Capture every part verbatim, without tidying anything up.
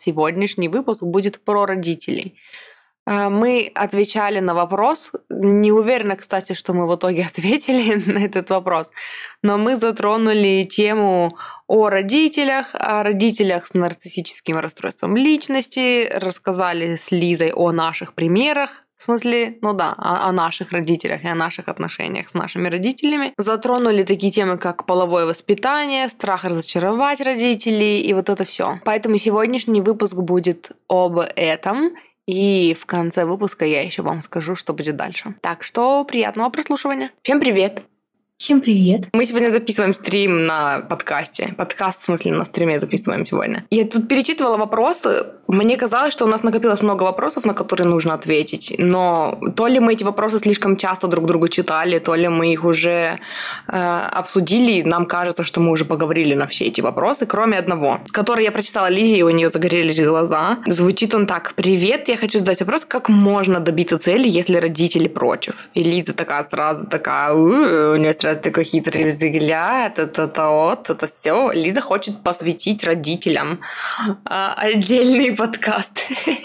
сегодняшний выпуск будет про родителей. Мы отвечали на вопрос, не уверена, кстати, что мы в итоге ответили на этот вопрос, но мы затронули тему о родителях, о родителях с нарциссическим расстройством личности, рассказали с Лизой о наших примерах, в смысле, ну да, о, о наших родителях и о наших отношениях с нашими родителями. Затронули такие темы, как половое воспитание, страх разочаровать родителей и вот это все. Поэтому сегодняшний выпуск будет об этом. И в конце выпуска я еще вам скажу, что будет дальше. Так что приятного прослушивания. Всем привет! Всем привет! Мы сегодня записываем стрим на подкасте. Подкаст, в смысле, на стриме записываем сегодня. Я тут перечитывала вопросы. Мне казалось, что у нас накопилось много вопросов, на которые нужно ответить. Но то ли мы эти вопросы слишком часто друг другу читали, то ли мы их уже э, обсудили. Нам кажется, что мы уже поговорили на все эти вопросы, кроме одного, который я прочитала Лизе, и у нее загорелись глаза. Звучит он так. «Привет, я хочу задать вопрос, как можно добиться цели, если родители против?» И Лиза такая сразу такая, у нее сразу такой хитрый взгляд, это-то вот, это все. Лиза хочет посвятить родителям а, отдельный подкаст.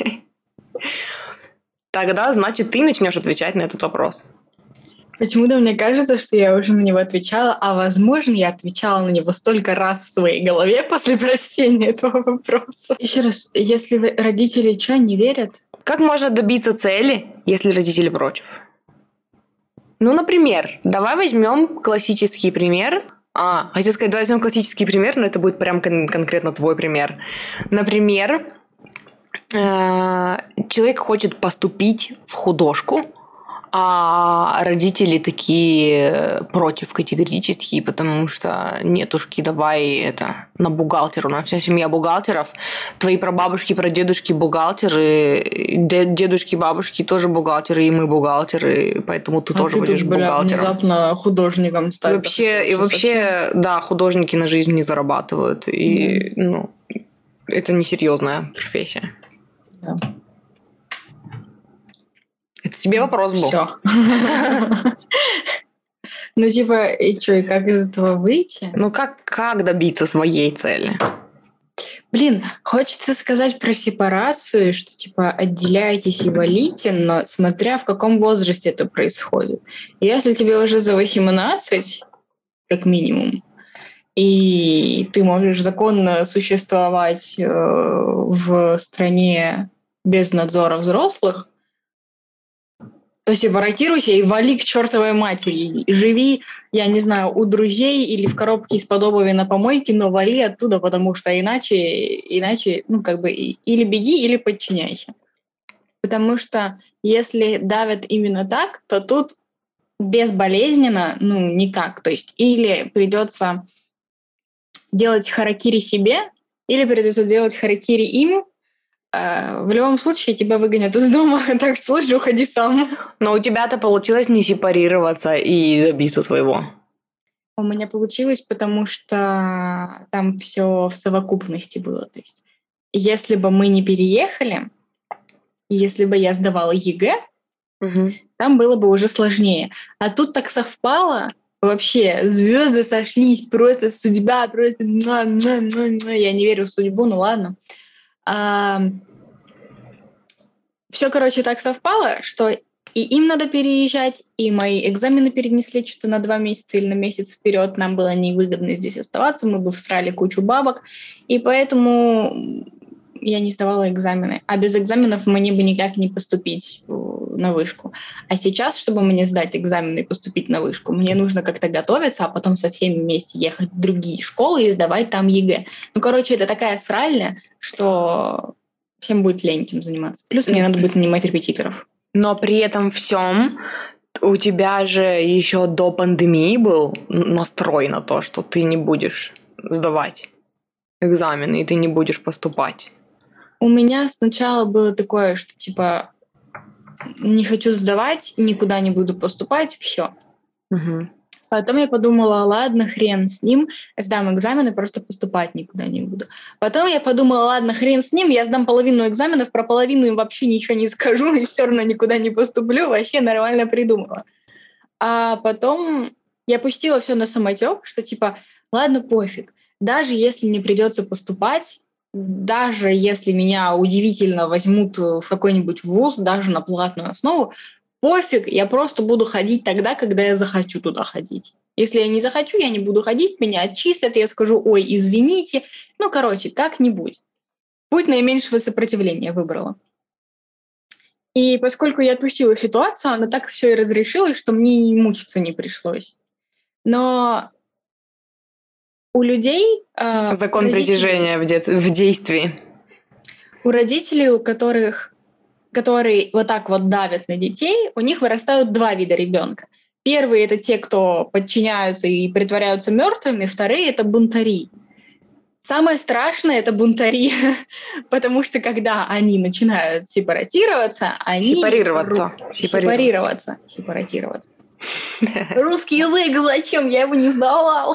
Тогда, значит, ты начнешь отвечать на этот вопрос. Почему-то мне кажется, что я уже на него отвечала, а, возможно, я отвечала на него столько раз в своей голове после прочтения этого вопроса. Еще раз, если вы, родители что, не верят? Как можно добиться цели, если родители против? Ну, например, давай возьмем классический пример. А, хотел сказать, давай возьмем классический пример, но это будет прям кон- конкретно твой пример. Например, э- человек хочет поступить в художку, а родители такие против категорически, потому что нетушки, давай это на бухгалтера. У нас вся семья бухгалтеров. Твои прабабушки, прадедушки бухгалтеры, дедушки, бабушки тоже бухгалтеры, и мы бухгалтеры, поэтому ты а тоже ты будешь тут, бля, бухгалтером. Внезапно художником стать. Вообще, и вообще, совсем. Да, художники на жизнь не зарабатывают. И, mm. ну, это несерьезная профессия. Да. Это тебе вопрос был. Все. Ну, типа, и что, и как из этого выйти? Ну, как, как добиться своей цели? Блин, хочется сказать про сепарацию, что, типа, отделяйтесь и валите, но смотря в каком возрасте это происходит. Если тебе уже за восемнадцать, как минимум, и ты можешь законно существовать э, в стране без надзора взрослых, то сепаратируйся и вали к чертовой матери. Живи, я не знаю, у друзей или в коробке из-под обуви на помойке, но вали оттуда, потому что иначе, иначе ну, как бы, или беги, или подчиняйся. Потому что если давят именно так, то тут безболезненно, ну, никак. То есть или придется делать харакири себе, или придется делать харакири им. В любом случае тебя выгонят из дома, так что лучше уходи сам. Но у тебя-то получилось не сепарироваться и добиться своего. У меня получилось, потому что там все в совокупности было. То есть, если бы мы не переехали, если бы я сдавала ЕГЭ, угу. там было бы уже сложнее. А тут так совпало, вообще звезды сошлись, просто судьба, просто я не верю в судьбу, ну ладно. А, все, короче, так совпало, что и им надо переезжать, и мои экзамены перенесли что-то на два месяца или на месяц вперед. Нам было невыгодно здесь оставаться, мы бы всрали кучу бабок, и поэтому я не сдавала экзамены. А без экзаменов мне бы никак не поступить на вышку. А сейчас, чтобы мне сдать экзамены и поступить на вышку, мне нужно как-то готовиться, а потом со всеми вместе ехать в другие школы и сдавать там ЕГЭ. Ну, короче, это такая сральня, что всем будет лень этим заниматься. Плюс мне надо будет нанимать репетиторов. Но при этом всем у тебя же еще до пандемии был настрой на то, что ты не будешь сдавать экзамены, и ты не будешь поступать. У меня сначала было такое, что типа не хочу сдавать, никуда не буду поступать, все. Угу. Потом я подумала, ладно, хрен с ним, сдам экзамены, просто поступать никуда не буду. Потом я подумала, ладно, хрен с ним, я сдам половину экзаменов, про половину им вообще ничего не скажу, и все равно никуда не поступлю, вообще нормально придумала. А потом я пустила все на самотек, что типа, ладно, пофиг, даже если не придется поступать, даже если меня удивительно возьмут в какой-нибудь вуз, даже на платную основу, пофиг, я просто буду ходить тогда, когда я захочу туда ходить. Если я не захочу, я не буду ходить, меня отчислят, я скажу, ой, извините. Ну, короче, как-нибудь. Путь наименьшего сопротивления выбрала. И поскольку я отпустила ситуацию, она так все и разрешилась, что мне и мучиться не пришлось. Но у людей... Э, Закон притяжения в, де- в действии. У родителей, у которых, которые вот так вот давят на детей, у них вырастают два вида ребенка. Первые — это те, кто подчиняются и притворяются мертвыми, вторые — это бунтари. Самое страшное — это бунтари, потому что когда они начинают сепаратироваться, они... Сепарироваться. Сепарироваться. Сепаратироваться. Русский язык, зачем? Я его не сдавал.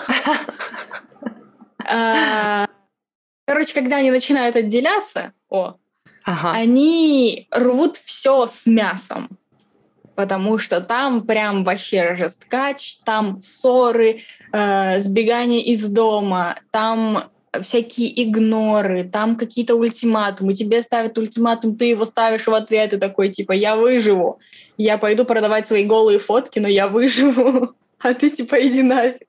Короче, когда они начинают отделяться, о, ага. они рвут все с мясом. Потому что там прям вообще жесткач, там ссоры, э, сбегание из дома, там всякие игноры, там какие-то ультиматумы. Тебе ставят ультиматум, ты его ставишь в ответ и такой, типа, я выживу. Я пойду продавать свои голые фотки, но я выживу. А ты, типа, иди нафиг.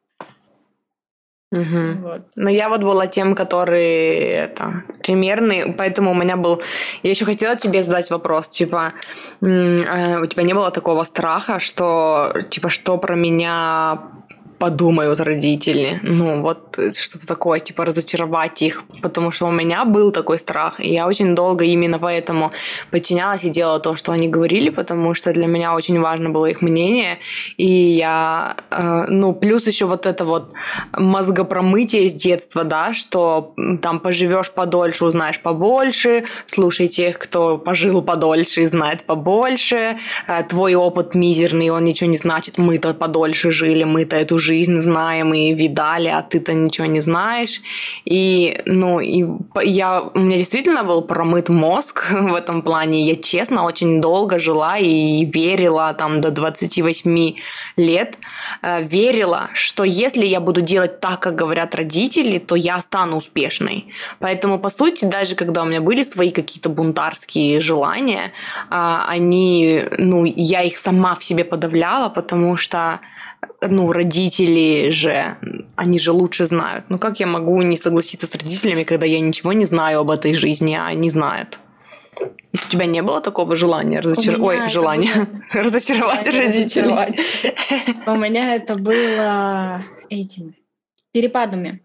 Угу. Вот. Но я вот была тем, который это примерный, поэтому у меня был... Я еще хотела тебе задать вопрос, типа, у тебя не было такого страха, что, типа, что про меня подумают родители? Ну, вот что-то такое, типа, разочаровать их, потому что у меня был такой страх, и я очень долго именно поэтому подчинялась и делала то, что они говорили, потому что для меня очень важно было их мнение, и я, э, ну, плюс еще вот это вот мозгопромытие с детства, да, что там поживешь подольше, узнаешь побольше, слушай тех, кто пожил подольше и знает побольше, э, твой опыт мизерный, он ничего не значит, мы-то подольше жили, мы-то эту жизнь знаем и видали, а ты-то ничего не знаешь. И, ну, и я, у меня действительно был промыт мозг в этом плане. Я, честно, очень долго жила и верила там до двадцати восьми лет, э, верила, что если я буду делать так, как говорят родители, то я стану успешной. Поэтому, по сути, даже когда у меня были свои какие-то бунтарские желания, э, они, ну, я их сама в себе подавляла, потому что ну, родители же, они же лучше знают. Ну, как я могу не согласиться с родителями, когда я ничего не знаю об этой жизни, а они знают? У тебя не было такого желания разочар... Ой, желания разочаровать родителей? У меня это было этими перепадами.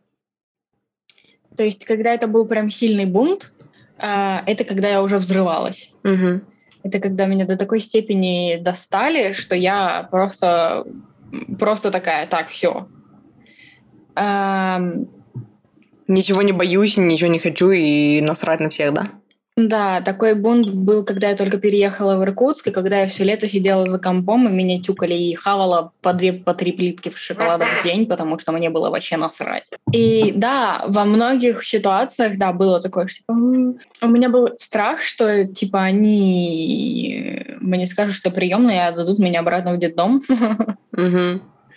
То есть, когда это был прям сильный бунт, это когда я уже взрывалась. Угу. Это когда меня до такой степени достали, что я просто... Просто такая, так, все. Эм... Ничего не боюсь, ничего не хочу и насрать на всех, да? Да, такой бунт был, когда я только переехала в Иркутск, и когда я все лето сидела за компом, и меня тюкали и хавала по две, по три плитки в шоколада в день, потому что мне было вообще насрать. И да, во многих ситуациях, да, было такое, что типа, у меня был страх, что типа они мне скажут, что приемные, и отдадут меня обратно в детдом. Угу.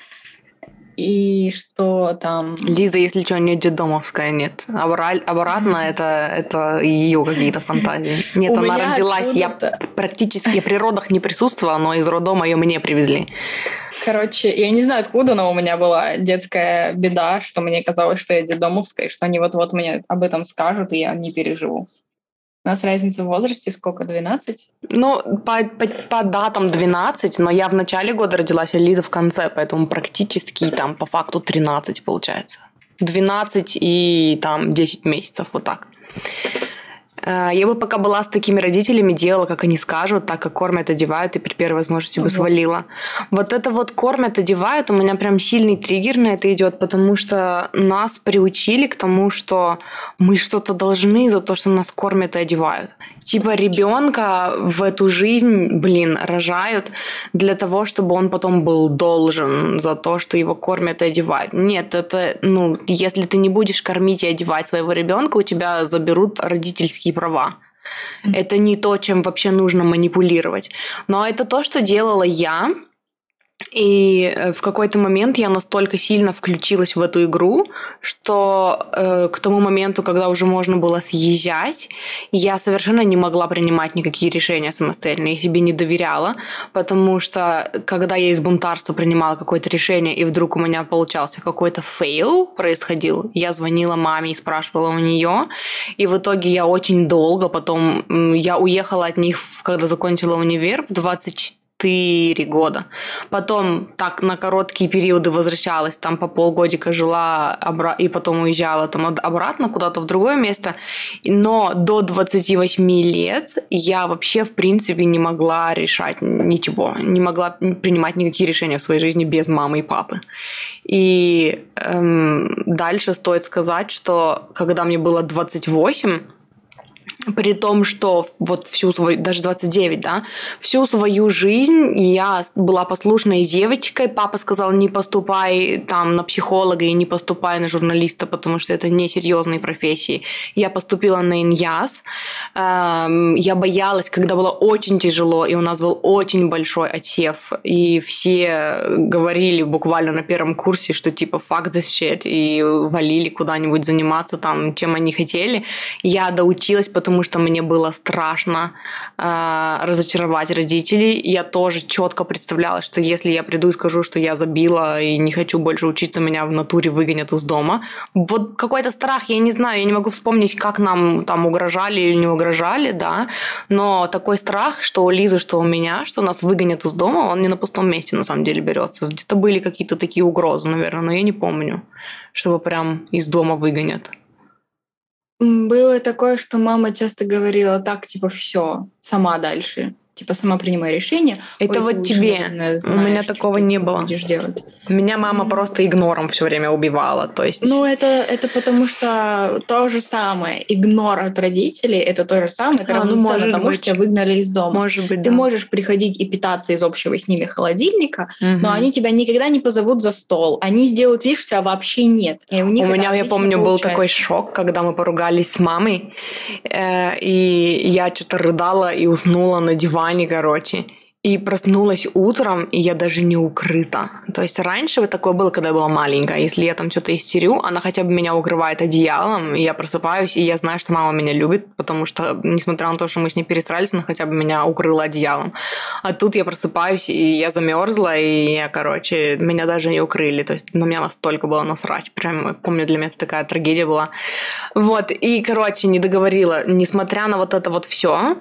И что там... Лиза, если что, не детдомовская, нет. Обра- обратно это, это ее какие-то фантазии. Нет, У она меня родилась, я откуда-то- практически при родах не присутствовала, но из роддома ее мне привезли. Короче, я не знаю, откуда, но у меня была детская беда, что мне казалось, что я детдомовская, и что они вот-вот мне об этом скажут, и я не переживу. У нас разница в возрасте сколько? двенадцать? Ну, по, по, по датам двенадцать, но я в начале года родилась, а Лиза в конце, поэтому практически там по факту тринадцать получается. двенадцать и там десять месяцев, вот так. Я бы пока была с такими родителями, делала, как они скажут, так как кормят, одевают, и при первой возможности бы свалила. Вот это вот кормят, одевают, у меня прям сильный триггер на это идет, потому что нас приучили к тому, что мы что-то должны за то, что нас кормят и одевают. Типа ребенка в эту жизнь, блин, рожают для того, чтобы он потом был должен за то, что его кормят и одевают. Нет, это, ну, если ты не будешь кормить и одевать своего ребенка, у тебя заберут родительские права. Mm-hmm. Это не то, чем вообще нужно манипулировать. Но это то, что делала я. И в какой-то момент я настолько сильно включилась в эту игру, что э, к тому моменту, когда уже можно было съезжать, я совершенно не могла принимать никакие решения самостоятельно. Я себе не доверяла, потому что когда я из бунтарства принимала какое-то решение, и вдруг у меня получался какой-то фейл происходил, я звонила маме и спрашивала у нее. И в итоге я очень долго потом... Я уехала от них, когда закончила универ в двадцать четыре года. Потом так на короткие периоды возвращалась, там по полгодика жила и потом уезжала там обратно куда-то в другое место. Но до двадцати восьми лет я вообще в принципе не могла решать ничего, не могла принимать никакие решения в своей жизни без мамы и папы. И эм, дальше стоит сказать, что когда мне было двадцать восемь, при том, что вот всю свою, даже двадцать девять, да, всю свою жизнь я была послушной девочкой. Папа сказал, не поступай там на психолога и не поступай на журналиста, потому что это несерьезные профессии. Я поступила на иньяс. Я боялась, когда было очень тяжело, и у нас был очень большой отсев, и все говорили буквально на первом курсе, что типа fuck this shit, и валили куда-нибудь заниматься там, чем они хотели. Я доучилась, потому что мне было страшно э, разочаровать родителей. Я тоже четко представляла, что если я приду и скажу, что я забила и не хочу больше учиться, меня в натуре выгонят из дома. Вот какой-то страх, я не знаю, я не могу вспомнить, как нам там угрожали или не угрожали, да, но такой страх, что у Лизы, что у меня, что нас выгонят из дома, он не на пустом месте на самом деле берется. Где-то были какие-то такие угрозы, наверное, но я не помню, чтобы прям из дома выгонят. Было такое, что мама часто говорила так, типа, все, сама дальше. Типа, сама принимай решение. Это Ой, вот лучше, тебе. наверное, У меня знаешь, такого что ты, не типа, было. будешь делать. Меня мама mm-hmm. просто игнором все время убивала. То есть... Ну, это, это потому что то же самое. Игнор от родителей — это то же самое. Это а, равноценно ну, тому, быть. Что тебя выгнали из дома. Может быть, ты да. можешь приходить и питаться из общего с ними холодильника, mm-hmm. но они тебя никогда не позовут за стол. Они сделают вид, что тебя вообще нет. И у, них у меня, я помню, получается. был такой шок, когда мы поругались с мамой, э, и я что-то рыдала и уснула на диване, короче. И проснулась утром, и я даже не укрыта. То есть раньше вот такое было, когда я была маленькая. Если я там что-то истерю, она хотя бы меня укрывает одеялом, и я просыпаюсь, и я знаю, что мама меня любит, потому что, несмотря на то, что мы с ней пересрались, она хотя бы меня укрыла одеялом. А тут я просыпаюсь, и я замерзла, и я, короче, меня даже не укрыли. То есть на меня настолько было насрать. Прям, помню, для меня это такая трагедия была. Вот, и, короче, не договорила. Несмотря на вот это вот все,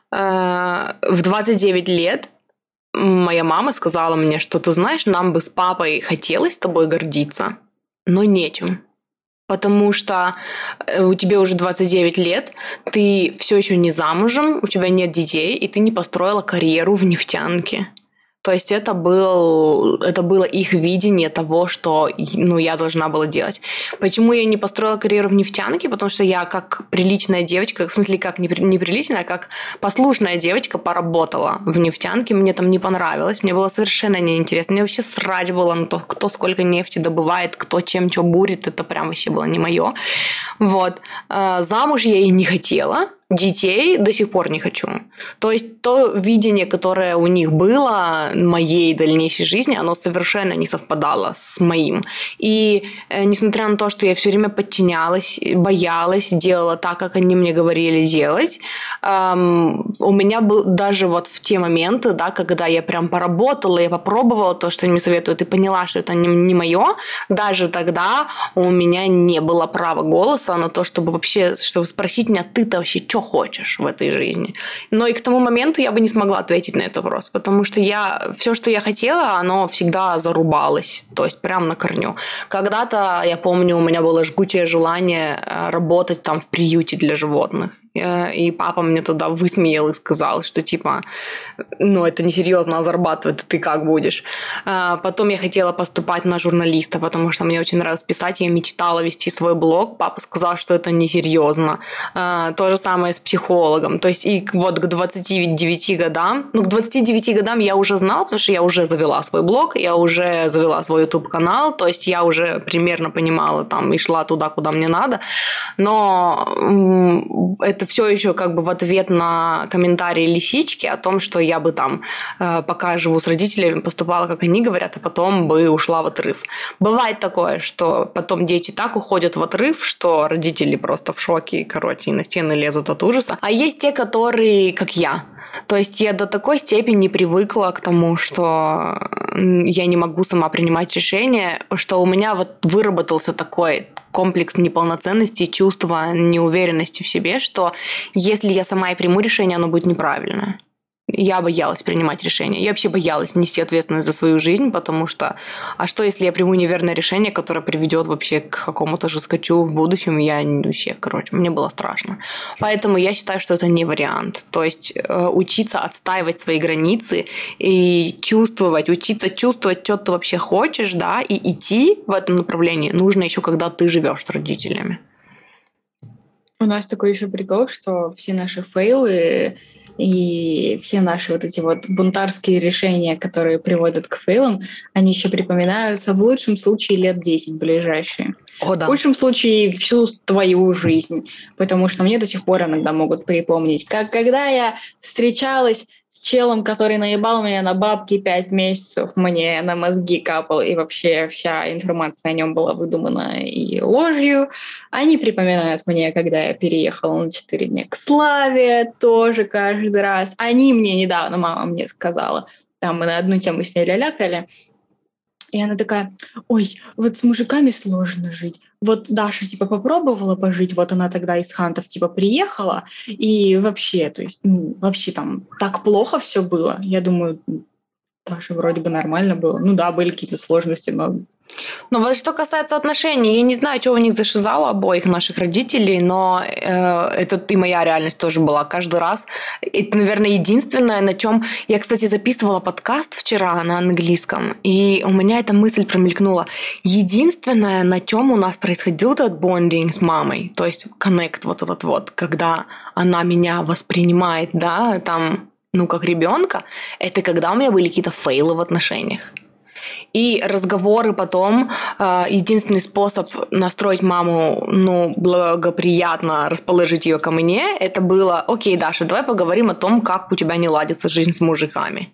в двадцать девять лет моя мама сказала мне, что, ты знаешь, нам бы с папой хотелось с тобой гордиться, но нечем. Потому что у тебя уже двадцать девять лет, ты все еще не замужем, у тебя нет детей, и ты не построила карьеру в нефтянке. То есть это, был, это было их видение того, что ну, я должна была делать. Почему я не построила карьеру в нефтянке? Потому что я как приличная девочка, в смысле как не приличная, а как послушная девочка поработала в нефтянке. Мне там не понравилось, мне было совершенно неинтересно. Мне вообще срать было на то, кто сколько нефти добывает, кто чем что бурит. Это прям вообще было не мое. Вот. Замуж я и не хотела. Детей до сих пор не хочу. То есть то видение, которое у них было моей дальнейшей жизни, оно совершенно не совпадало с моим. И э, несмотря на то, что я все время подчинялась, боялась, делала так, как они мне говорили делать, эм, у меня был даже вот в те моменты, да, когда я прям поработала, я попробовала то, что они мне советуют, и поняла, что это не, не мое, даже тогда у меня не было права голоса на то, чтобы вообще, чтобы спросить меня, ты-то вообще что хочешь в этой жизни. Но и к тому моменту я бы не смогла ответить на этот вопрос, потому что я, все, что я хотела, оно всегда зарубалось, то есть прям на корню. Когда-то, я помню, у меня было жгучее желание работать там в приюте для животных. И папа мне тогда высмеял и сказал, что типа, ну, это несерьезно, а зарабатывать ты как будешь. Потом я хотела поступать на журналиста, потому что мне очень нравилось писать, я мечтала вести свой блог. Папа сказал, что это несерьезно. То же самое с психологом. То есть и вот к двадцати девяти годам, ну, к двадцати девяти годам я уже знала, потому что я уже завела свой блог, я уже завела свой YouTube-канал, то есть я уже примерно понимала там и шла туда, куда мне надо. Но это это все еще как бы в ответ на комментарии лисички о том, что я бы там, пока живу с родителями, поступала, как они говорят, а потом бы ушла в отрыв. Бывает такое, что потом дети так уходят в отрыв, что родители просто в шоке, короче, и на стены лезут от ужаса. А есть те, которые, как я. То есть я до такой степени привыкла к тому, что я не могу сама принимать решения, что у меня вот выработался такой комплекс неполноценности, чувства неуверенности в себе, что если я сама и приму решение, оно будет неправильное. Я боялась принимать решения. Я вообще боялась нести ответственность за свою жизнь, потому что, а что, если я приму неверное решение, которое приведет вообще к какому-то же скачу в будущем, и я вообще, короче, мне было страшно. Поэтому я считаю, что это не вариант. То есть учиться отстаивать свои границы и чувствовать, учиться чувствовать, что ты вообще хочешь, да, и идти в этом направлении нужно еще, когда ты живешь с родителями. У нас такой еще прикол, что все наши фейлы и все наши вот эти вот бунтарские решения, которые приводят к фейлам, они еще припоминаются в лучшем случае лет десять ближайшие. О, да. В худшем случае всю твою жизнь. Потому что мне до сих пор иногда могут припомнить, как когда я встречалась с челом, который наебал меня на бабки пять месяцев, мне на мозги капал, и вообще вся информация о нем была выдумана и ложью. Они припоминают мне, когда я переехала на четыре дня к Славе, тоже каждый раз. Они мне недавно, мама мне сказала, там мы на одну тему с ней лялякали, и она такая: ой, вот с мужиками сложно жить. Вот Даша, типа, попробовала пожить, вот она тогда из Хантов, типа, приехала, и вообще, то есть, ну, вообще там так плохо все было. Я думаю, Даша вроде бы нормально было. Ну да, были какие-то сложности, но... Ну вот что касается отношений, я не знаю, что у них за шиза у обоих наших родителей, но э, это и моя реальность тоже была каждый раз. Это, наверное, единственное, на чем я, кстати, записывала подкаст вчера на английском, и у меня эта мысль промелькнула. Единственное, на чем у нас происходил этот бондинг с мамой, то есть коннект вот этот вот, когда она меня воспринимает, да, там, ну, как ребенка, это когда у меня были какие-то фейлы в отношениях. И разговоры потом, единственный способ настроить маму, ну, благоприятно расположить ее ко мне, это было: окей, Даша, давай поговорим о том, как у тебя не ладится жизнь с мужиками.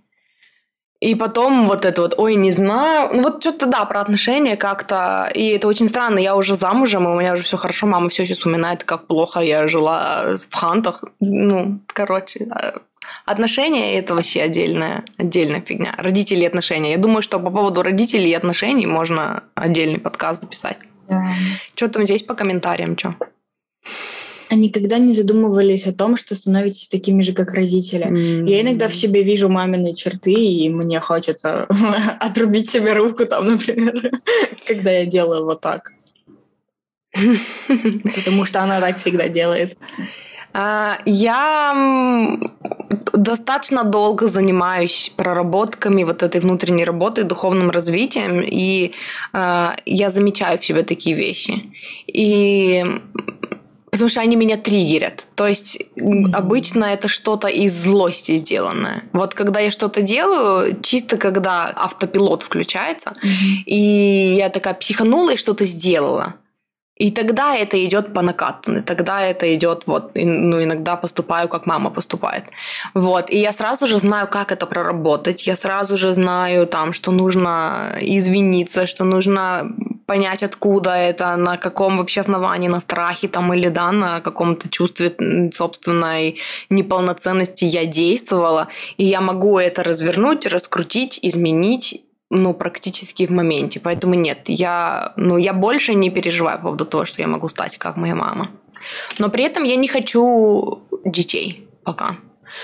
И потом вот это вот: ой, не знаю, ну вот что-то, да, про отношения как-то, и это очень странно, я уже замужем, и у меня уже все хорошо, мама все еще вспоминает, как плохо я жила в Хантах, ну, короче... Отношения – это вообще отдельная, отдельная фигня. Родители и отношения. Я думаю, что по поводу родителей и отношений можно отдельный подкаст записать. Да. Что там здесь по комментариям? Что? А никогда не задумывались о том, что становитесь такими же, как родители. Mm-hmm. Я иногда в себе вижу мамины черты, и мне хочется отрубить себе руку, там, например, когда я делаю вот так. Потому что она так всегда делает. Я достаточно долго занимаюсь проработками вот этой внутренней работы, духовным развитием, и я замечаю в себе такие вещи. И потому что они меня триггерят. То есть mm-hmm. обычно это что-то из злости сделанное. Вот когда я что-то делаю, чисто когда автопилот включается, mm-hmm. и я такая психанула и что-то сделала. И тогда это идет по накатанной, тогда это идет вот, ну, иногда поступаю, как мама поступает. Вот, и я сразу же знаю, как это проработать, я сразу же знаю, там, что нужно извиниться, что нужно понять, откуда это, на каком вообще основании, на страхе там или, да, на каком-то чувстве собственной неполноценности я действовала, и я могу это развернуть, раскрутить, изменить, ну, практически в моменте. Поэтому нет, я, ну, я больше не переживаю по поводу того, что я могу стать как моя мама. Но при этом я не хочу детей пока.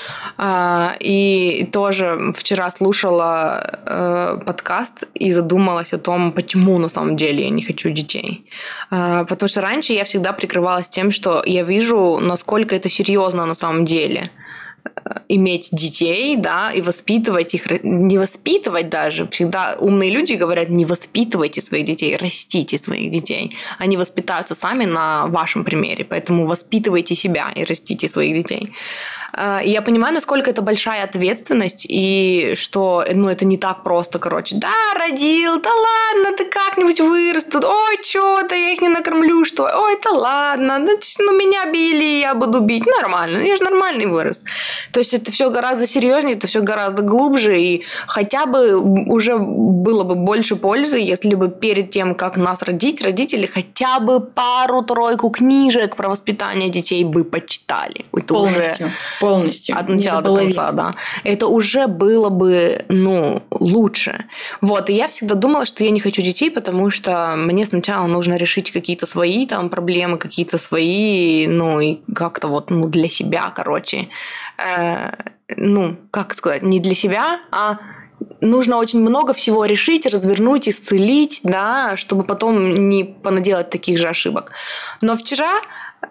И тоже вчера слушала подкаст и задумалась о том, почему на самом деле я не хочу детей. Потому что раньше я всегда прикрывалась тем, что я вижу, насколько это серьезно на самом деле. иметь детей, да, и воспитывать их, не воспитывать даже. Всегда умные люди говорят, не воспитывайте своих детей, растите своих детей. Они воспитаются сами на вашем примере, поэтому воспитывайте себя и растите своих детей. И я понимаю, насколько это большая ответственность, и что, ну, это не так просто, короче. Да, родил, да ладно, ты как-нибудь вырастут. Ой, что-то я их не накормлю, что? Ой, да ладно, ну, меня били, я буду бить. Нормально, я же нормальный вырос. То есть это все гораздо серьезнее, это все гораздо глубже, и хотя бы уже было бы больше пользы, если бы перед тем, как нас родить, родители хотя бы пару-тройку книжек про воспитание детей бы почитали. Это полностью, уже полностью. От начала до конца, да. Это уже было бы, ну, лучше. Вот, и я всегда думала, что я не хочу детей, потому что мне сначала нужно решить какие-то свои там проблемы, какие-то свои, ну, и как-то вот, ну, для себя, короче, э, ну, как сказать, не для себя, а нужно очень много всего решить, развернуть, исцелить, да, чтобы потом не понаделать таких же ошибок. Но вчера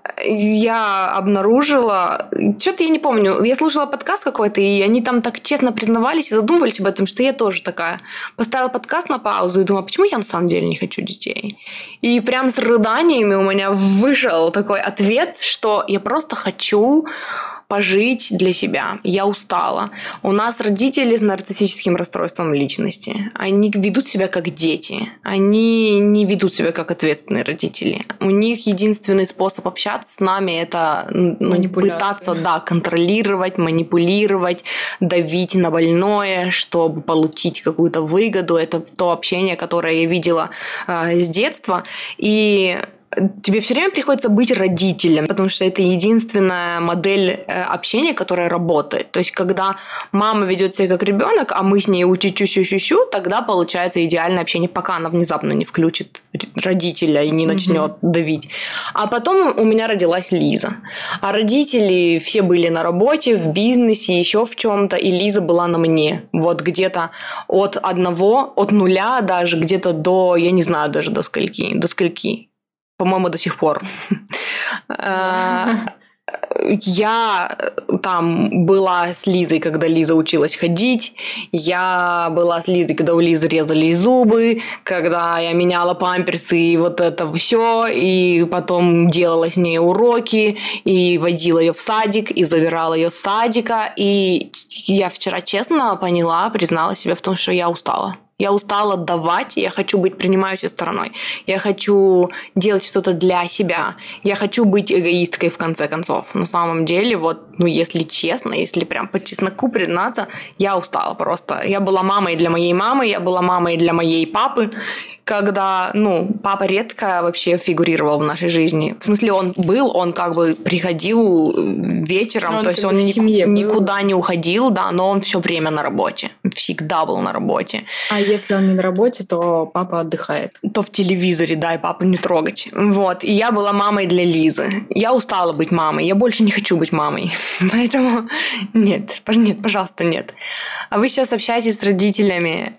я обнаружила... Что-то я не помню. Я слушала подкаст какой-то, и они там так честно признавались и задумывались об этом, что я тоже такая. Поставила подкаст на паузу и думала, почему я на самом деле не хочу детей? И прям с рыданиями у меня вышел такой ответ, что я просто хочу пожить для себя. Я устала. У нас родители с нарциссическим расстройством личности. Они ведут себя как дети. Они не ведут себя как ответственные родители. У них единственный способ общаться с нами – это ну, пытаться, да, контролировать, манипулировать, давить на больное, чтобы получить какую-то выгоду. Это то общение, которое я видела э, с детства. И тебе все время приходится быть родителем, потому что это единственная модель общения, которая работает. То есть, когда мама ведет себя как ребенок, а мы с ней утю-тю-сю-сю-сю, тогда получается идеальное общение, пока она внезапно не включит родителя и не начнет mm-hmm. давить. А потом у меня родилась Лиза. А родители все были на работе, в бизнесе, еще в чем-то, и Лиза была на мне. Вот где-то от одного, от нуля даже, где-то до, я не знаю даже до скольки, до скольки. По-моему, до сих пор. Я там была с Лизой, когда Лиза училась ходить. Я была с Лизой, когда у Лизы резали зубы, когда я меняла памперсы и вот это все. И потом делала с ней уроки, и водила ее в садик, и забирала ее с садика. И я вчера честно поняла, признала себе в том, что я устала. Я устала давать, я хочу быть принимающей стороной. Я хочу делать что-то для себя. Я хочу быть эгоисткой, в конце концов. На самом деле, вот, ну, если честно, если прям по чесноку признаться, я устала просто. Я была мамой для моей мамы, я была мамой для моей папы, когда, ну, папа редко вообще фигурировал в нашей жизни. В смысле, он был, он как бы приходил вечером, он то есть он ни, никуда не уходил, да, но он все время на работе. Всегда был на работе. А если он не на работе, то папа отдыхает. То в телевизоре, да, и папу не трогать. Вот. И я была мамой для Лизы. Я устала быть мамой. Я больше не хочу быть мамой. Поэтому нет, нет, пожалуйста, нет. А вы сейчас общаетесь с родителями?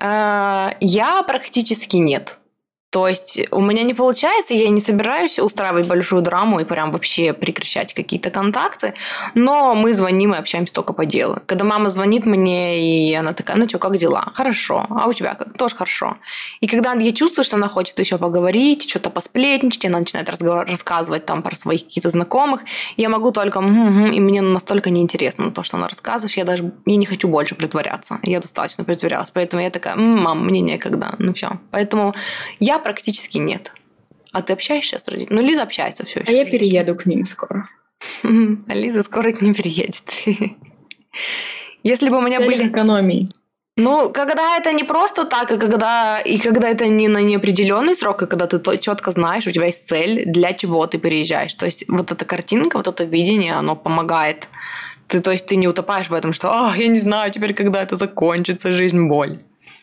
Я практически нет. То есть у меня не получается, я не собираюсь устраивать большую драму и прям вообще прекращать какие-то контакты, но мы звоним и общаемся только по делу. Когда мама звонит мне, и она такая, ну что, как дела? Хорошо. А у тебя как? Тоже хорошо. И когда я чувствую, что она хочет еще поговорить, что-то посплетничать, она начинает разговор- рассказывать там про своих каких-то знакомых, я могу только, угу, и мне настолько неинтересно то, что она рассказывает, я даже я не хочу больше притворяться. Я достаточно притворялась, поэтому я такая, мам, мне некогда, ну все. Поэтому я практически нет. А ты общаешься с родителями? Ну, Лиза общается все еще. А я перееду к ним скоро. А Лиза скоро к ним переедет. Если бы у меня были... экономии. Ну, когда это не просто так, и когда, и когда это не на неопределенный срок, и когда ты четко знаешь, у тебя есть цель, для чего ты переезжаешь. То есть вот эта картинка, вот это видение, оно помогает. Ты, то есть ты не утопаешь в этом, что «А, я не знаю теперь, когда это закончится, жизнь, боль».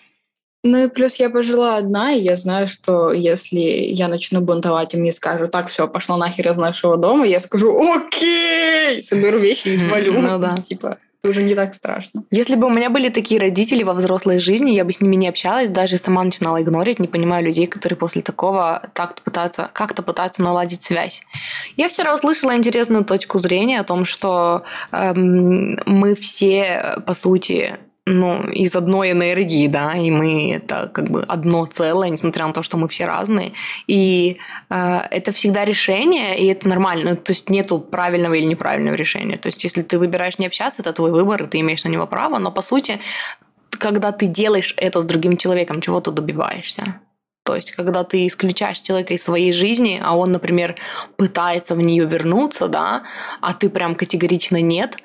Ну и плюс я пожила одна, и я знаю, что если я начну бунтовать, и мне скажут, так, все, пошла нахер из нашего дома, я скажу, окей, соберу вещи и свалю. Ну да. Типа, уже не так страшно. Если бы у меня были такие родители во взрослой жизни, я бы с ними не общалась, даже сама начинала игнорить, не понимаю людей, которые после такого так пытаются, как-то пытаются наладить связь. Я вчера услышала интересную точку зрения о том, что эм, мы все, по сути, ну, из одной энергии, да, и мы это как бы одно целое, несмотря на то, что мы все разные. И э, это всегда решение, и это нормально. То есть нету правильного или неправильного решения. То есть если ты выбираешь не общаться, это твой выбор, и ты имеешь на него право, но по сути, когда ты делаешь это с другим человеком, чего ты добиваешься? То есть, когда ты исключаешь человека из своей жизни, а он, например, пытается в нее вернуться, да, а ты прям категорично нет,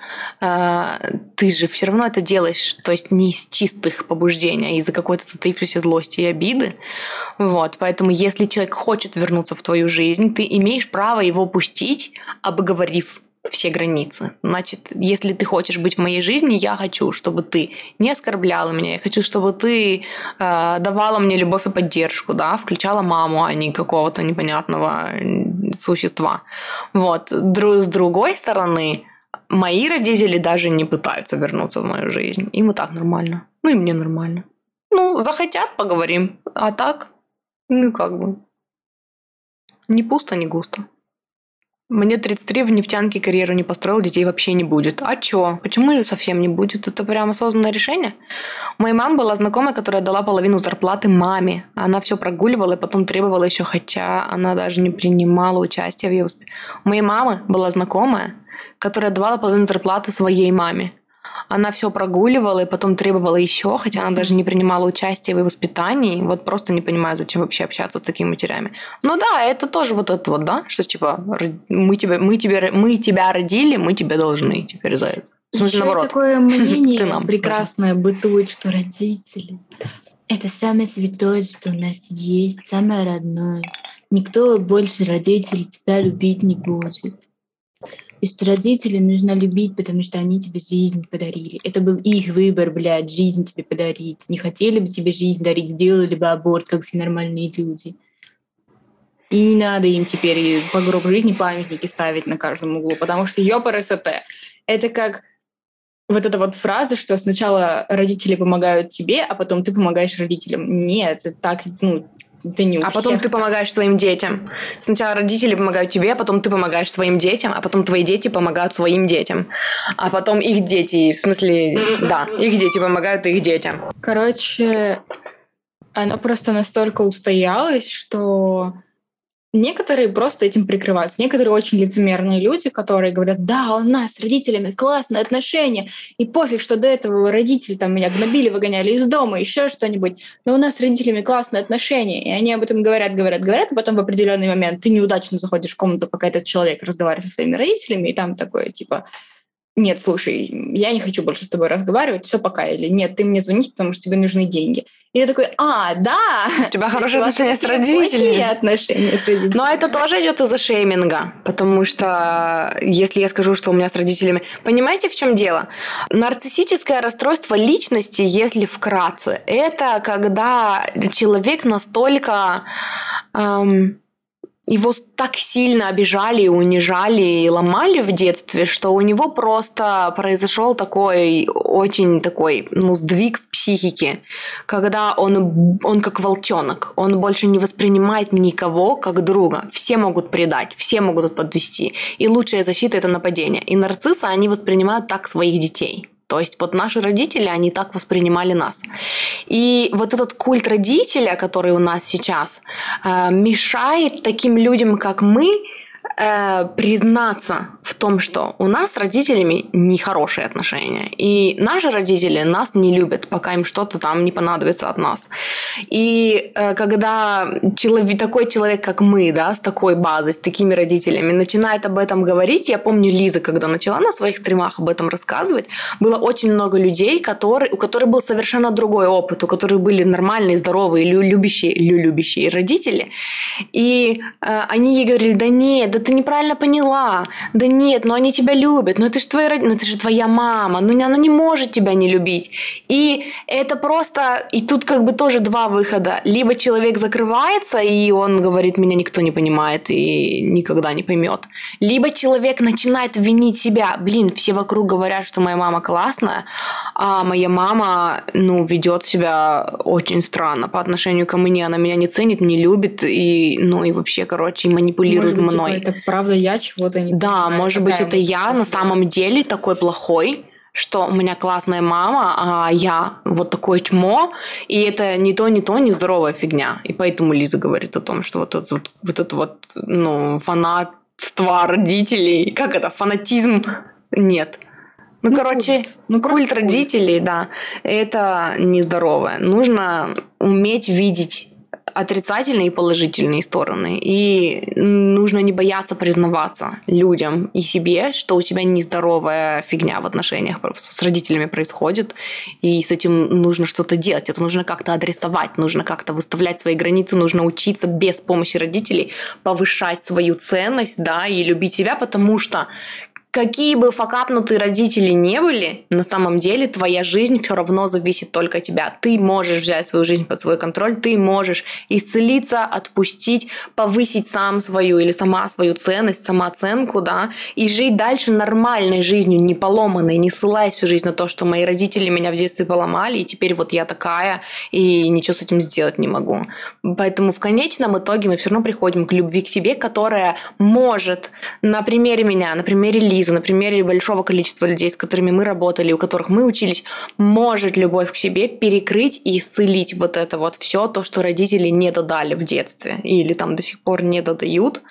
ты же все равно это делаешь, то есть не из чистых побуждений, а из-за какой-то затаившейся злости и обиды. Вот. Поэтому, если человек хочет вернуться в твою жизнь, ты имеешь право его пустить, обговорив все границы. Значит, если ты хочешь быть в моей жизни, я хочу, чтобы ты не оскорбляла меня, я хочу, чтобы ты э, давала мне любовь и поддержку, да, включала маму, а не какого-то непонятного существа. Вот. С другой стороны, мои родители даже не пытаются вернуться в мою жизнь. Им и так нормально. Ну и мне нормально. Ну, захотят, поговорим. А так, ну как бы, не пусто, не густо. Мне тридцать три, в нефтянке карьеру не построил, детей вообще не будет. А чё? Почему совсем не будет? Это прям осознанное решение? У моей мамы была знакомая, которая дала половину зарплаты маме. Она все прогуливала и потом требовала еще, хотя она даже не принимала участия в ее воспитании. У моей мамы была знакомая, которая давала половину зарплаты своей маме. Она все прогуливала и потом требовала еще, хотя она даже не принимала участие в ее воспитании. Вот просто не понимаю, зачем вообще общаться с такими матерями. Ну да, это тоже вот это вот, да, что типа мы тебя, мы тебя, мы тебя родили, мы тебе должны теперь за это. В смысле, Еще наоборот. Такое мнение прекрасное бытует, что родители – это самое святое, что у нас есть, самое родное. Никто больше родителей тебя любить не будет. И что родителей нужно любить, потому что они тебе жизнь подарили. Это был их выбор, блядь, жизнь тебе подарить. Не хотели бы тебе жизнь дарить, сделали бы аборт, как все нормальные люди. И не надо им теперь по гроб жизни памятники ставить на каждом углу, потому что ёпрст. Это как вот эта вот фраза, что сначала родители помогают тебе, а потом ты помогаешь родителям. Нет, это так, ну, это не у А всех. потом ты помогаешь своим детям. Сначала родители помогают тебе, а потом ты помогаешь своим детям, а потом твои дети помогают своим детям. А потом их дети, в смысле, да, их дети помогают их детям. Короче, оно просто настолько устоялось, что некоторые просто этим прикрываются. Некоторые очень лицемерные люди, которые говорят: да, у нас с родителями классные отношения, и пофиг, что до этого родители там меня гнобили, выгоняли из дома, еще что-нибудь, но у нас с родителями классные отношения. И они об этом говорят, говорят, говорят, а потом в определенный момент ты неудачно заходишь в комнату, пока этот человек разговаривает со своими родителями, и там такое типа: нет, слушай, я не хочу больше с тобой разговаривать, все, пока. Или нет, ты мне звонишь, потому что тебе нужны деньги. И я такой: а, да! У тебя хорошие отношения с родителями. отношения с родителями. Но это тоже идет из-за шейминга, потому что если я скажу, что у меня с родителями... Понимаете, в чем дело? Нарциссическое расстройство личности, если вкратце, это когда человек настолько... Эм, его так сильно обижали, унижали и ломали в детстве, что у него просто произошел такой очень такой, ну, сдвиг в психике, когда он, он как волчонок, он больше не воспринимает никого как друга. Все могут предать, все могут подвести. И лучшая защита – это нападение. И нарциссы, они воспринимают так своих детей. То есть вот наши родители, они так воспринимали нас. И вот этот культ родителя, который у нас сейчас, мешает таким людям, как мы, признаться в том, что у нас с родителями нехорошие отношения. И наши родители нас не любят, пока им что-то там не понадобится от нас. И когда человек, такой человек, как мы, да, с такой базой, с такими родителями, начинает об этом говорить, я помню, Лиза, когда начала на своих стримах об этом рассказывать, было очень много людей, которые, у которых был совершенно другой опыт, у которых были нормальные, здоровые, любящие, любящие родители. И э, они ей говорили: да нет, да ты неправильно поняла. Да нет, ну они тебя любят, ну это же твои роди- ну это же твоя мама, ну не- она не может тебя не любить. И это просто, и тут как бы тоже два выхода. Либо человек закрывается, и он говорит, меня никто не понимает и никогда не поймет. Либо человек начинает винить себя. Блин, все вокруг говорят, что моя мама классная, а моя мама, ну, ведет себя очень странно по отношению ко мне. Она меня не ценит, не любит, и, ну, и вообще, короче, манипулирует Может быть, мной. типа, это правда я чего-то не Да, понимаю. может быть, Такая это мысль я тоже на была. самом деле такой плохой, что у меня классная мама, а я вот такое чмо, и это не то, не то, нездоровая фигня. И поэтому Лиза говорит о том, что вот это вот, вот, это вот ну, фанатство родителей, как это, фанатизм, нет. Ну, Ну, короче, культ. Ну, культ просто культ. родителей, да, это нездоровое. Нужно уметь видеть отрицательные и положительные стороны. И нужно не бояться признаваться людям и себе, что у тебя нездоровая фигня в отношениях с родителями происходит, и с этим нужно что-то делать. Это нужно как-то адресовать, нужно как-то выставлять свои границы, нужно учиться без помощи родителей повышать свою ценность, да, и любить себя, потому что какие бы факапнутые родители не были, на самом деле твоя жизнь все равно зависит только от тебя. Ты можешь взять свою жизнь под свой контроль, ты можешь исцелиться, отпустить, повысить сам свою или сама свою ценность, самооценку, да, и жить дальше нормальной жизнью, не поломанной, не ссылаясь всю жизнь на то, что мои родители меня в детстве поломали, и теперь вот я такая, и ничего с этим сделать не могу. Поэтому в конечном итоге мы все равно приходим к любви к себе, которая может на примере меня, на примере Лизы, на примере большого количества людей, с которыми мы работали, у которых мы учились, может любовь к себе перекрыть и исцелить вот это вот все, то, что родители не додали в детстве или там до сих пор не додают.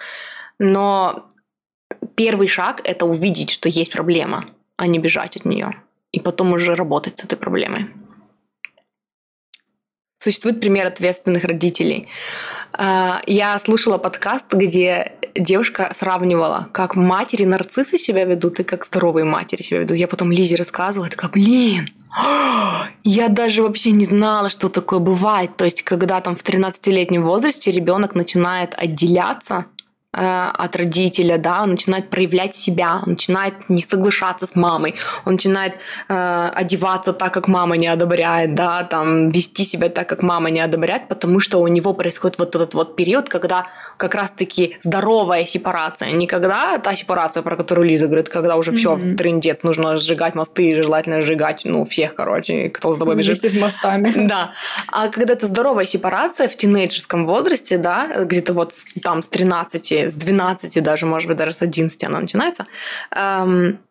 Но первый шаг – это увидеть, что есть проблема, а не бежать от нее. И потом уже работать с этой проблемой. Существует пример ответственных родителей. Я слушала подкаст, где девушка сравнивала, как матери-нарциссы себя ведут и как здоровые матери себя ведут. Я потом Лизе рассказывала, я такая, блин, я даже вообще не знала, что такое бывает. То есть, когда там в тринадцатилетнем возрасте ребенок начинает отделяться от родителя, да, он начинает проявлять себя, он начинает не соглашаться с мамой, он начинает э, одеваться так, как мама не одобряет, да, там, вести себя так, как мама не одобряет, потому что у него происходит вот этот вот период, когда как раз-таки здоровая сепарация, не когда та сепарация, про которую Лиза говорит, когда уже все, Мгм. трындец, нужно сжигать мосты, и желательно сжигать, ну, всех, короче, кто за тобой бежит. Вместе с мостами. Да. А когда это здоровая сепарация в тинейджерском возрасте, да, где-то вот там с тринадцати, с двенадцати даже, может быть, даже с одиннадцати она начинается, эм,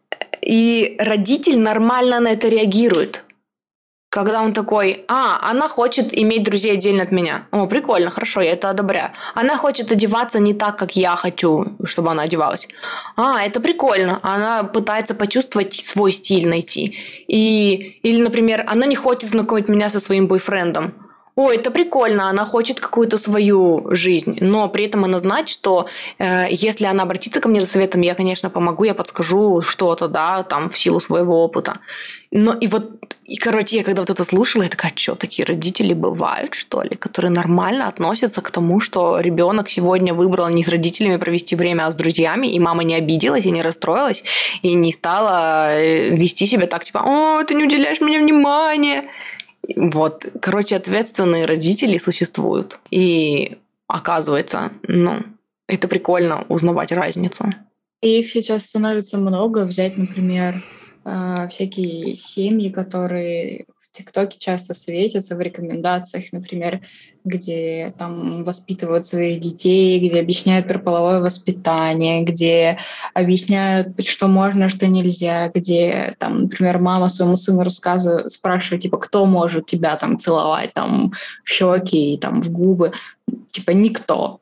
и родитель нормально на это реагирует. Когда он такой, а, она хочет иметь друзей отдельно от меня. О, прикольно, хорошо, я это одобряю. Она хочет одеваться не так, как я хочу, чтобы она одевалась. А, это прикольно. Она пытается почувствовать свой стиль найти. И, или, например, она не хочет знакомить меня со своим бойфрендом. Ой, это прикольно, она хочет какую-то свою жизнь, но при этом она знает, что э, если она обратится ко мне за советом, я, конечно, помогу, я подскажу что-то, да, там, в силу своего опыта. Но и вот, и, короче, я когда вот это слушала, я такая, что, такие родители бывают, что ли, которые нормально относятся к тому, что ребенок сегодня выбрал не с родителями провести время, а с друзьями, и мама не обиделась, и не расстроилась, и не стала вести себя так, типа, о, ты не уделяешь мне внимания. Вот, короче, ответственные родители существуют. И оказывается, ну, это прикольно узнавать разницу. И их сейчас становится много. Взять, например, э, всякие семьи, которые в ТикТоке часто светятся в рекомендациях, например, где там воспитывают своих детей, где объясняют про половое воспитание, где объясняют, что можно, что нельзя, где там, например, мама своему сыну рассказывает, спрашивает, типа, кто может тебя там целовать там в щеки и там в губы, типа никто.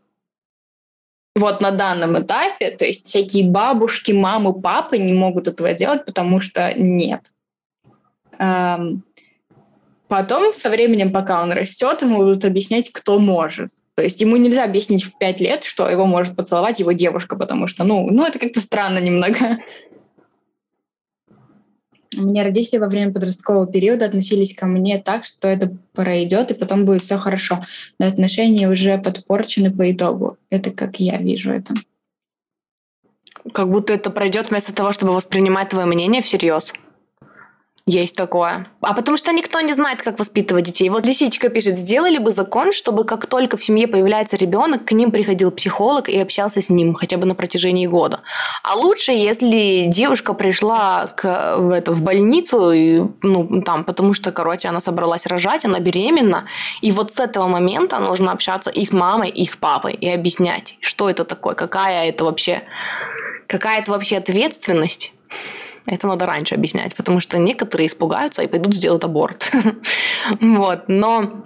Вот на данном этапе, то есть всякие бабушки, мамы, папы не могут этого делать, потому что нет. Эм, Потом, со временем, пока он растет, ему будут объяснять, кто может. То есть ему нельзя объяснить в пять лет, что его может поцеловать его девушка, потому что, ну, ну это как-то странно немного. У меня родители во время подросткового периода относились ко мне так, что это пройдет, и потом будет все хорошо. Но отношения уже подпорчены по итогу. Это как я вижу это. как будто это пройдет вместо того, чтобы воспринимать твое мнение всерьез. Есть такое. А потому что никто не знает, как воспитывать детей. Вот Лисичка пишет, сделали бы закон, чтобы как только в семье появляется ребенок, к ним приходил психолог и общался с ним хотя бы на протяжении года. А лучше, если девушка пришла к, в, это, в больницу, и, ну, там, потому что, короче, она собралась рожать, она беременна, и вот с этого момента нужно общаться и с мамой, и с папой, и объяснять, что это такое, какая это вообще, какая это вообще ответственность. Это надо раньше объяснять, потому что некоторые испугаются и пойдут сделать аборт. Вот. Но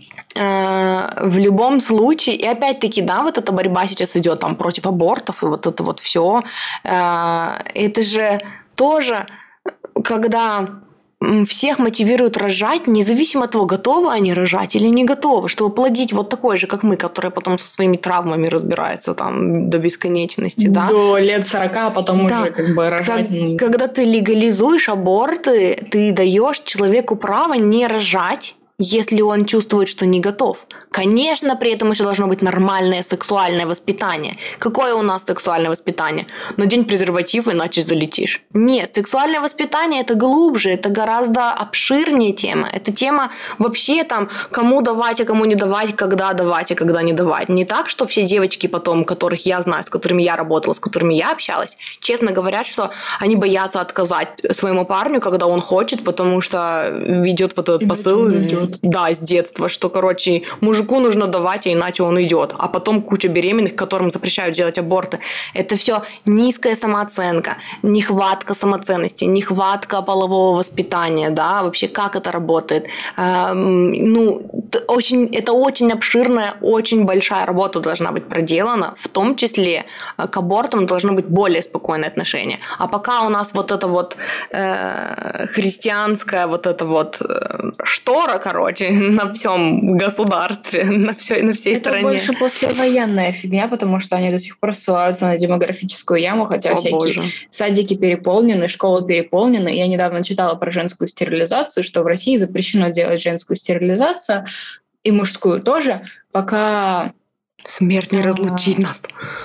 э, в любом случае, и опять-таки, да, вот эта борьба сейчас идет там против абортов, и вот это вот все. Э, это же тоже, когда всех мотивируют рожать, независимо от того, готовы они рожать или не готовы, чтобы плодить вот такой же, как мы, который потом со своими травмами разбирается там до бесконечности, да? До лет сорока, а потом да. уже как бы рожать. Как, когда ты легализуешь аборты, ты даешь человеку право не рожать, если он чувствует, что не готов. Конечно, при этом еще должно быть нормальное сексуальное воспитание. Какое у нас сексуальное воспитание? Надень презерватив, иначе залетишь. Нет, сексуальное воспитание – это глубже, это гораздо обширнее тема. Это тема вообще там, кому давать, а кому не давать, когда давать, а когда не давать. Не так, что все девочки потом, которых я знаю, с которыми я работала, с которыми я общалась, честно говорят, что они боятся отказать своему парню, когда он хочет, потому что ведет вот этот посыл с, да, с детства, что, короче, мужику нужно давать, а иначе он идет. А потом куча беременных, которым запрещают делать аборты. Это все низкая самооценка, нехватка самоценности, нехватка полового воспитания, да, вообще как это работает. Эм, ну, очень, это очень обширная, очень большая работа должна быть проделана, в том числе к абортам должно быть более спокойное отношение. А пока у нас вот это вот э, христианская вот эта вот э, штора, короче, на всем государстве, на, всей, на всей это стороне. Это больше послевоенная фигня, потому что они до сих пор ссылаются на демографическую яму, хотя О, всякие Боже. садики переполнены, школы переполнены. Я недавно читала про женскую стерилизацию, что в России запрещено делать женскую стерилизацию, и мужскую тоже, пока... Смерть не разлучит нас.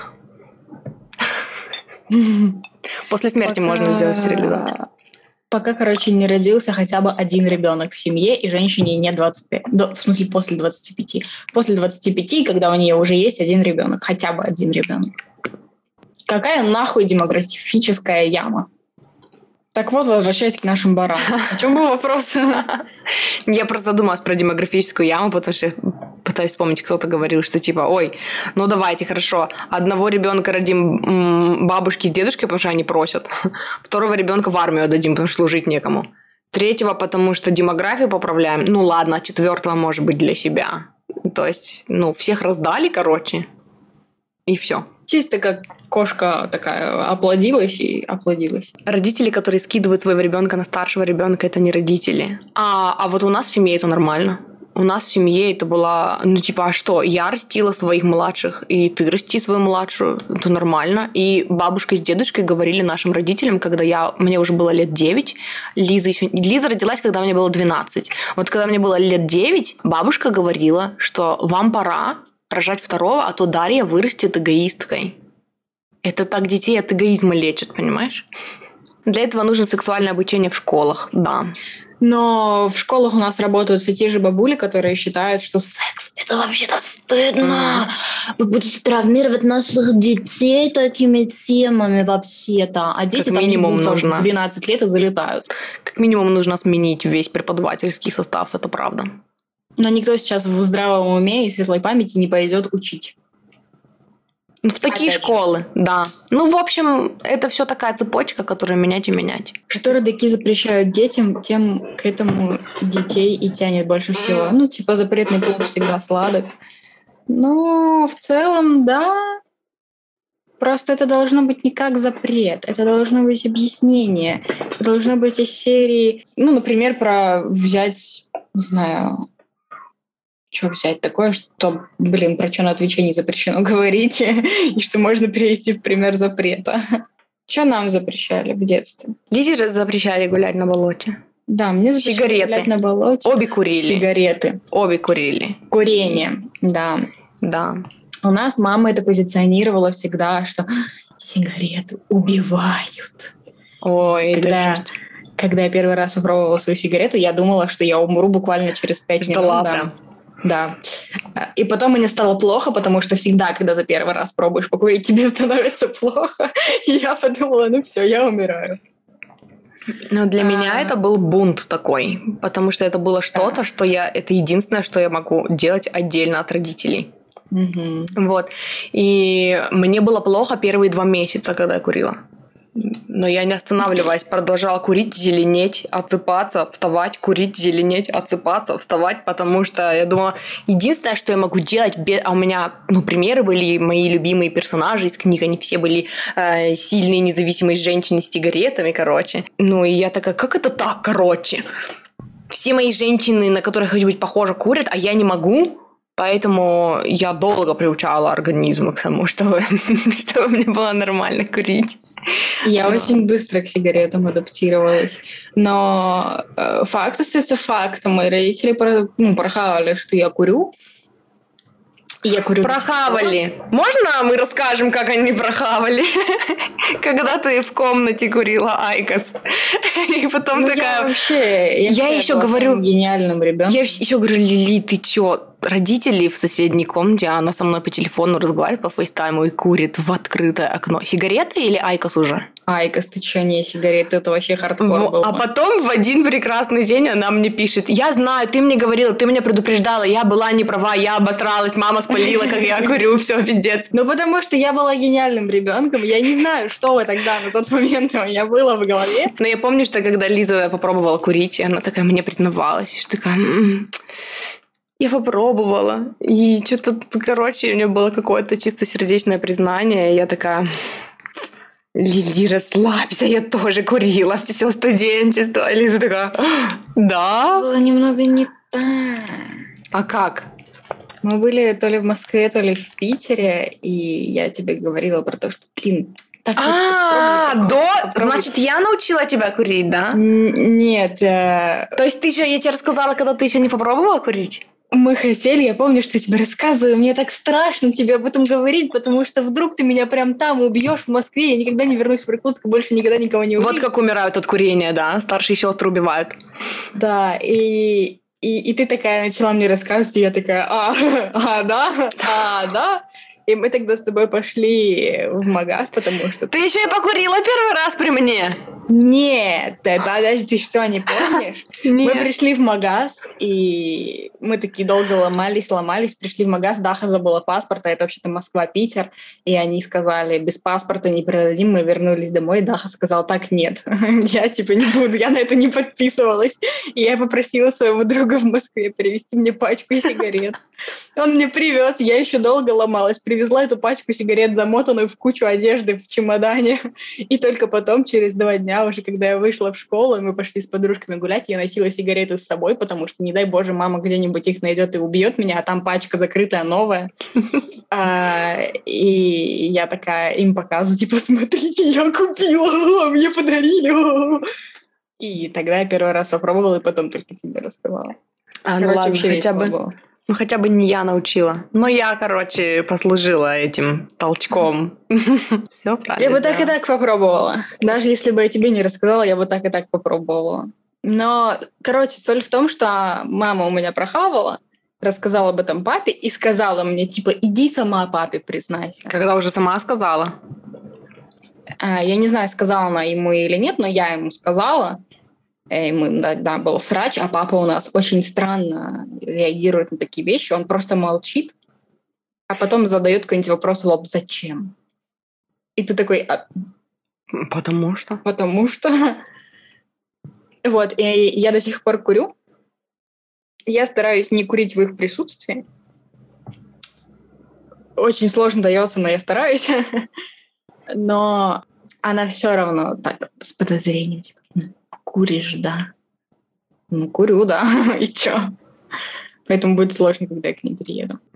После смерти можно сделать стерилизацию. Пока, короче, не родился хотя бы один ребенок в семье, и женщине не двадцать пять. В смысле, после двадцати пяти. После двадцати пяти, когда у нее уже есть один ребенок, хотя бы один ребенок. Какая нахуй демографическая яма? Так вот, возвращаясь к нашим баранам. О чем был вопрос? Я просто задумалась про демографическую яму, потому что пытаюсь вспомнить, кто-то говорил, что типа, ой, ну давайте, хорошо, одного ребенка родим бабушке с дедушкой, потому что они просят, второго ребенка в армию отдадим, потому что служить некому, третьего, потому что демографию поправляем, ну ладно, четвертого может быть для себя. То есть, ну, всех раздали, короче, и все. Чисто как кошка такая оплодилась и оплодилась. Родители, которые скидывают своего ребенка на старшего ребенка, это не родители. А, а вот у нас в семье это нормально. У нас в семье это было, ну типа, а что? Я растила своих младших, и ты расти свою младшую. Это нормально. И бабушка с дедушкой говорили нашим родителям, когда я, мне уже было лет девять, Лиза еще... Лиза родилась, когда мне было двенадцать. Вот когда мне было лет девять, бабушка говорила, что вам пора рожать второго, а то Дарья вырастет эгоисткой. Это так детей от эгоизма лечат, понимаешь? Для этого нужно сексуальное обучение в школах, да. Но в школах у нас работают все те же бабули, которые считают, что секс – это вообще-то стыдно. Mm. Вы будете травмировать наших детей такими темами вообще-то. А дети как минимум там нужно... в двенадцать лет и залетают. Как минимум нужно сменить весь преподавательский состав, это правда. Но никто сейчас в здравом уме и светлой памяти не пойдет учить. В такие Опять школы, же. Да. Ну, в общем, это все такая цепочка, которую менять и менять. Что родаки запрещают детям, тем к этому детей и тянет больше всего. Ну, типа, запретный плод всегда сладок. Но в целом, да. Просто это должно быть не как запрет. Это должно быть объяснение. Это должно быть из серии... Ну, например, про взять, не знаю... Что взять такое, что, блин, про что на Твиче не запрещено говорить, и что можно привести в пример запрета. Что нам запрещали в детстве? Лизе запрещали гулять на болоте. Да, мне запрещали Сигареты. гулять на болоте. Обе курили. Сигареты. Обе курили. Курение, да. Да. У нас мама это позиционировала всегда, что сигареты убивают. Ой, когда, когда я первый раз попробовала свою сигарету, я думала, что я умру буквально через пять минут. Ждала прям. Да. И потом мне стало плохо, потому что всегда, когда ты первый раз пробуешь покурить, тебе становится плохо. И я подумала, ну все, я умираю. Но для а... меня это был бунт такой, потому что это было что-то, а... что я... Это единственное, что я могу делать отдельно от родителей. Угу. Вот. И мне было плохо первые два месяца, когда я курила. Но я не останавливаясь, продолжала курить, зеленеть, отсыпаться, вставать, курить, зеленеть, отсыпаться, вставать, потому что я думала, единственное, что я могу делать, а у меня, ну, примеры были, мои любимые персонажи из книг, они все были э, сильные, независимые женщины с сигаретами, короче. Ну, и я такая, как это так, короче? Все мои женщины, на которых хочу быть похожа, курят, а я не могу. Поэтому я долго приучала организм к тому, чтобы, чтобы мне было нормально курить. Я очень быстро к сигаретам адаптировалась. Но э, факт остается фактом. Мои родители про, ну, прохавали, что я курю. И я курю. Прохавали. Можно мы расскажем, как они прохавали? Когда ты в комнате курила айкос. И потом ну, такая... Я вообще... Я, я еще говорю... гениальным ребенком. Я еще говорю, Лили, ты чё? Родители в соседней комнате, а она со мной по телефону разговаривает по фейстайму и курит в открытое окно. Сигареты или айкос уже? Айкос, ты чё, не сигареты, это вообще хардкор в, был. А потом в один прекрасный день она мне пишет, я знаю, ты мне говорила, ты меня предупреждала, я была не права, я обосралась, мама спалила, как я курю, все, пиздец. Ну, потому что я была гениальным ребенком, я не знаю, что вы тогда на тот момент у меня было в голове. Но я помню, что когда Лиза попробовала курить, она такая мне признавалась, что такая... М-м, я попробовала, и что-то, короче, у нее было какое-то чистосердечное признание, и я такая... Лили, расслабься, я тоже курила все студенчество. И Лиза такая, да? Было немного не так. А как? Мы были то ли в Москве, то ли в Питере, и я тебе говорила про то, что, блин, так А, до... Значит, я научила тебя курить, да? Нет. То есть ты еще, я тебе рассказала, когда ты еще не попробовала курить? Мы хотели, я помню, что я тебе рассказываю, мне так страшно тебе об этом говорить, потому что вдруг ты меня прям там убьешь в Москве, я никогда не вернусь в Иркутск, больше никогда никого не увижу. Вот как умирают от курения, да? Старшие сестры убивают. Да, и, и, и ты такая начала мне рассказывать, и я такая, а, а, да, а, да. И мы тогда с тобой пошли в магаз, потому что... Ты еще и покурила первый раз при мне? Нет, подожди, что, не помнишь? Нет. Мы пришли в магаз, и мы такие долго ломались, ломались, пришли в магаз, Даха забыла паспорт, а это вообще-то Москва-Питер, и они сказали, без паспорта не продадим, мы вернулись домой, и Даха сказал, так, нет, я типа не буду, я на это не подписывалась. И я попросила своего друга в Москве привезти мне пачку сигарет. Он мне привез, я еще долго ломалась, привезла эту пачку сигарет, замотанную в кучу одежды в чемодане, и только потом, через два дня, уже когда я вышла в школу, и мы пошли с подружками гулять, я носила сигареты с собой, потому что, не дай боже, мама где-нибудь их найдет и убьет меня, а там пачка закрытая, новая. И я такая им показываю, типа, смотрите, я купила, мне подарили. И тогда я первый раз попробовала, и потом только тебе рассказала. А, ну ладно, хотя бы... Ну, хотя бы не я научила. Но я, короче, послужила этим толчком. Все правильно. Я бы так и так попробовала. Даже если бы я тебе не рассказала, я бы так и так попробовала. Но, короче, соль в том, что мама у меня прохавала, рассказала об этом папе и сказала мне, типа, иди сама папе признайся. Когда уже сама сказала? А, я не знаю, сказала она ему или нет, но я ему сказала. И мы, да, да, был срач, а папа у нас очень странно реагирует на такие вещи. Он просто молчит, а потом задает какой-нибудь вопрос в лоб «Зачем?». И ты такой... А... Потому что. Потому что. Вот, и я до сих пор курю. Я стараюсь не курить в их присутствии. Очень сложно дается, но я стараюсь. Но она все равно так с подозрением типа куришь, да? Ну, курю, да. И чё? Поэтому будет сложно, когда я к ней приеду.